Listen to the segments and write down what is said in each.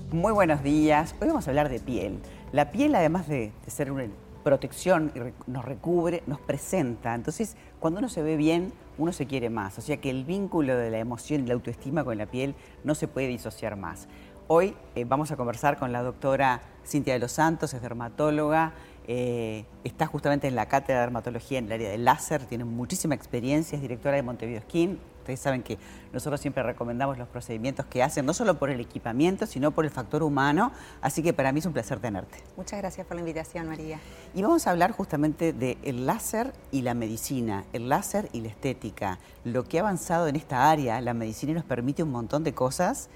Muy buenos días. Hoy vamos a hablar de piel. La piel, además de ser una protección, nos recubre, nos presenta. Entonces, cuando uno se ve bien, uno se quiere más. O sea que el vínculo de la emoción y la autoestima con la piel no se puede disociar más. Hoy vamos a conversar con la doctora Cintia de los Santos, es dermatóloga, está justamente en la cátedra de dermatología en el área del láser, tiene muchísima experiencia, es directora de Montevideo Skin. Ustedes saben que nosotros siempre recomendamos los procedimientos que hacen, no solo por el equipamiento, sino por el factor humano. Así que para mí es un placer tenerte. Muchas gracias por la invitación, María. Y vamos a hablar justamente del láser y la medicina, el láser y la estética. Lo que ha avanzado en esta área, la medicina nos permite un montón de cosas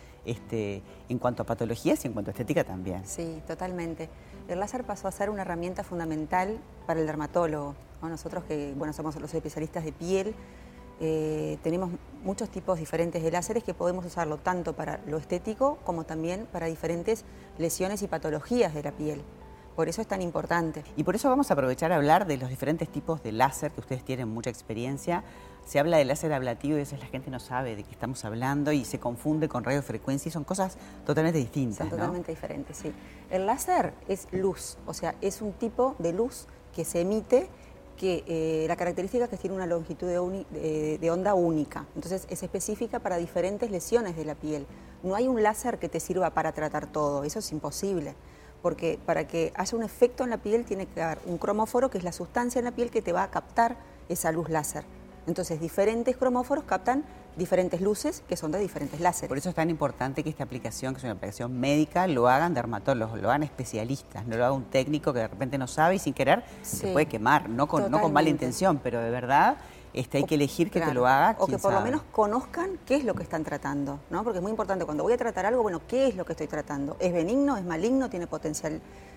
en cuanto a patologías y en cuanto a estética también. Sí, totalmente. El láser pasó a ser una herramienta fundamental para el dermatólogo, ¿no? Nosotros que somos los especialistas de piel, tenemos muchos tipos diferentes de láseres que podemos usarlo tanto para lo estético como también para diferentes lesiones y patologías de la piel. Por eso es tan importante. Y por eso vamos a aprovechar a hablar de los diferentes tipos de láser, que ustedes tienen mucha experiencia. Se habla de láser ablativo y a veces la gente no sabe de qué estamos hablando y se confunde con radiofrecuencia y son cosas totalmente distintas, Son totalmente diferentes, sí. El láser es luz, o sea, es un tipo de luz que se emite que la característica es que tiene una longitud de onda única, entonces es específica para diferentes lesiones de la piel. No hay un láser que te sirva para tratar todo, eso es imposible, porque para que haya un efecto en la piel tiene que haber un cromóforo, que es la sustancia en la piel que te va a captar esa luz láser. Entonces diferentes cromóforos captan diferentes luces que son de diferentes láseres. Por eso es tan importante que esta aplicación, que es una aplicación médica, lo hagan dermatólogos, lo hagan especialistas, no lo haga un técnico que de repente no sabe y sin querer se puede quemar, no con mala intención, pero de verdad hay que elegir que te lo haga o que por sabe. lo menos conozcan qué es lo que están tratando, ¿no? Porque es muy importante cuando voy a tratar algo, bueno, ¿qué es lo que estoy tratando? ¿Es benigno? ¿Es maligno? ¿Tiene potencial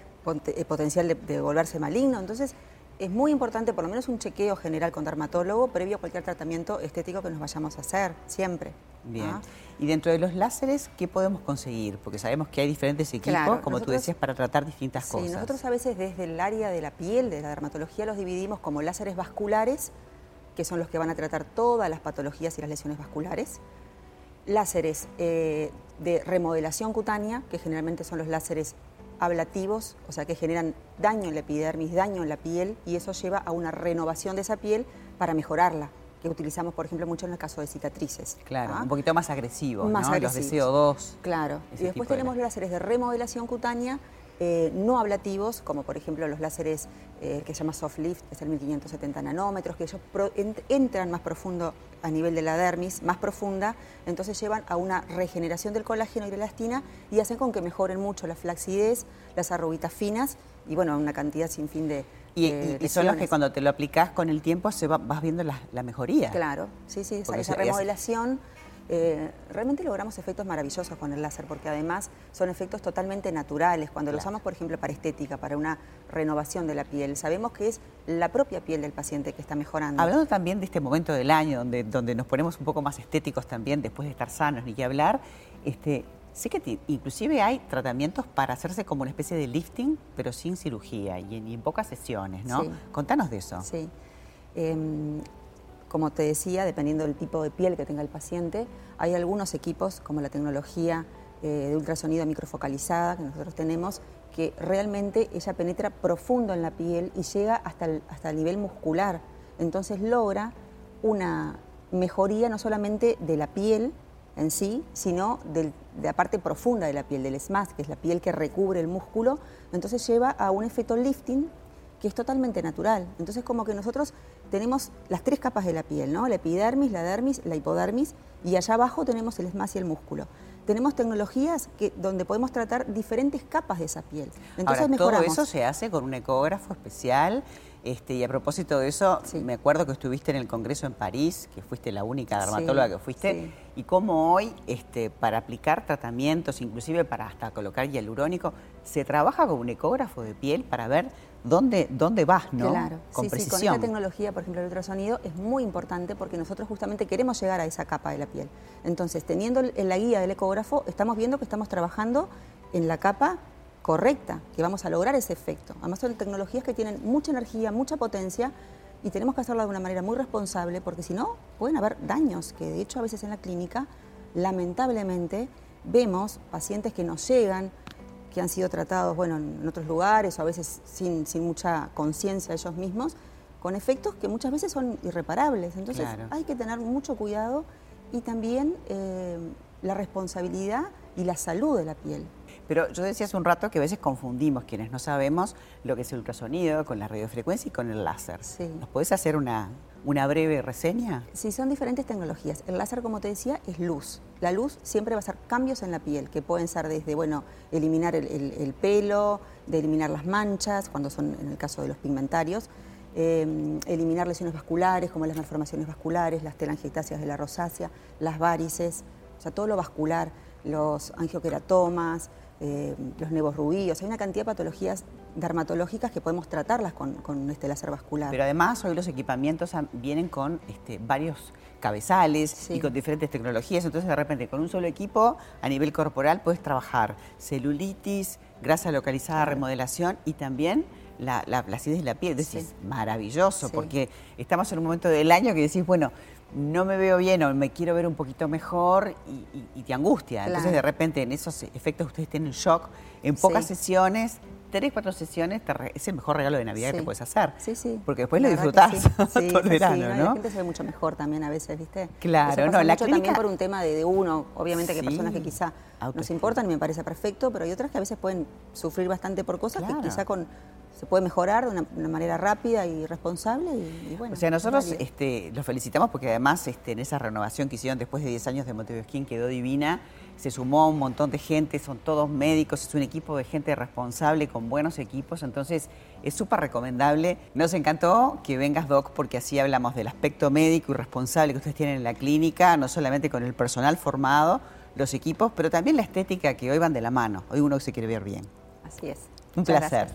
de volverse maligno? Entonces es muy importante por lo menos un chequeo general con dermatólogo previo a cualquier tratamiento estético que nos vayamos a hacer, siempre. Bien. ¿Ah? Y dentro de los láseres, ¿qué podemos conseguir? Porque sabemos que hay diferentes equipos, claro, como tú decías, para tratar distintas cosas. Nosotros a veces desde el área de la piel, de la dermatología, los dividimos como láseres vasculares, que son los que van a tratar todas las patologías y las lesiones vasculares. Láseres de remodelación cutánea, que generalmente son los láseres ablativos, o sea que generan daño en la epidermis, daño en la piel, y eso lleva a una renovación de esa piel para mejorarla, que utilizamos, por ejemplo, mucho en el caso de cicatrices. Claro, un poquito más agresivo, más ¿no? agresivos. Los de CO2. Claro, y después tenemos láseres de remodelación cutánea no ablativos, como por ejemplo los láseres que se llama soft lift, que es el 1570 nanómetros, que ellos entran más profundo a nivel de la dermis, más profunda, entonces llevan a una regeneración del colágeno y la elastina y hacen con que mejoren mucho la flacidez, las arruguitas finas y bueno, una cantidad sin fin de y son los que cuando te lo aplicás con el tiempo vas viendo la mejoría. Claro, sí, esa remodelación. Realmente logramos efectos maravillosos con el láser porque además son efectos totalmente naturales. Cuando lo usamos, por ejemplo, para estética, para una renovación de la piel, sabemos que es la propia piel del paciente que está mejorando. Hablando también de este momento del año donde nos ponemos un poco más estéticos también después de estar sanos, ni qué hablar, sé que inclusive hay tratamientos para hacerse como una especie de lifting, pero sin cirugía y en pocas sesiones, ¿no? Sí. Contanos de eso. Sí. Como te decía, dependiendo del tipo de piel que tenga el paciente, hay algunos equipos como la tecnología de ultrasonido microfocalizada que nosotros tenemos, que realmente ella penetra profundo en la piel y llega hasta el nivel muscular. Entonces logra una mejoría no solamente de la piel en sí, sino de la parte profunda de la piel, del SMAS, que es la piel que recubre el músculo. Entonces lleva a un efecto lifting que es totalmente natural. Entonces como que nosotros tenemos las tres capas de la piel, ¿no? La epidermis, la dermis, la hipodermis, y allá abajo tenemos el SMAS y el músculo. Tenemos tecnologías donde podemos tratar diferentes capas de esa piel. Entonces ahora, mejoramos. todo eso se hace con un ecógrafo especial. Y a propósito de eso, me acuerdo que estuviste en el Congreso en París, que fuiste la única dermatóloga que fuiste, y cómo hoy, para aplicar tratamientos, inclusive para hasta colocar hialurónico, se trabaja con un ecógrafo de piel para ver dónde vas, ¿no? Claro, con precisión. Con esta tecnología, por ejemplo, el ultrasonido es muy importante porque nosotros justamente queremos llegar a esa capa de la piel. Entonces, teniendo en la guía del ecógrafo, estamos viendo que estamos trabajando en la capa correcta, que vamos a lograr ese efecto. Además son tecnologías que tienen mucha energía, mucha potencia y tenemos que hacerlo de una manera muy responsable porque si no pueden haber daños que de hecho a veces en la clínica lamentablemente vemos pacientes que nos llegan, que han sido tratados, bueno, en otros lugares o a veces sin mucha conciencia de ellos mismos, con efectos que muchas veces son irreparables. Entonces hay que tener mucho cuidado y también la responsabilidad y la salud de la piel. Pero yo decía hace un rato que a veces confundimos quienes no sabemos lo que es el ultrasonido con la radiofrecuencia y con el láser. Sí. ¿Nos podés hacer una breve reseña? Sí, son diferentes tecnologías. El láser, como te decía, es luz. La luz siempre va a hacer cambios en la piel, que pueden ser desde, bueno, eliminar el pelo, de eliminar las manchas, cuando son, en el caso de los pigmentarios, eliminar lesiones vasculares, como las malformaciones vasculares, las telangiectasias de la rosácea, las varices, o sea, todo lo vascular, los angioqueratomas, los nevos rubíos. Hay una cantidad de patologías dermatológicas que podemos tratarlas con este láser vascular. Pero además hoy los equipamientos vienen con varios cabezales y con diferentes tecnologías, entonces de repente con un solo equipo a nivel corporal puedes trabajar celulitis, grasa localizada, remodelación y también la acidez de la piel. Es maravilloso porque estamos en un momento del año que decís, bueno, no me veo bien o me quiero ver un poquito mejor y te angustia. Entonces de repente en esos efectos ustedes tienen shock, en pocas sesiones, 3, 4 sesiones, es el mejor regalo de Navidad que te puedes hacer. Porque después lo disfrutás todo el verano, ¿no? La gente se ve mucho mejor también a veces, ¿viste? Claro, eso pasa la mucho clínica... también por un tema de uno, obviamente que hay personas que quizá nos importan y me parece perfecto, pero hay otras que a veces pueden sufrir bastante por cosas que quizá se puede mejorar de una manera rápida y responsable y bueno. O sea, nosotros los felicitamos porque además en esa renovación que hicieron después de 10 años de Montevio Skin quedó divina, se sumó un montón de gente, son todos médicos, es un equipo de gente responsable con buenos equipos, entonces es súper recomendable. Nos encantó que vengas, Doc, porque así hablamos del aspecto médico y responsable que ustedes tienen en la clínica, no solamente con el personal formado, los equipos, pero también la estética que hoy van de la mano. Hoy uno se quiere ver bien. Así es. Un placer.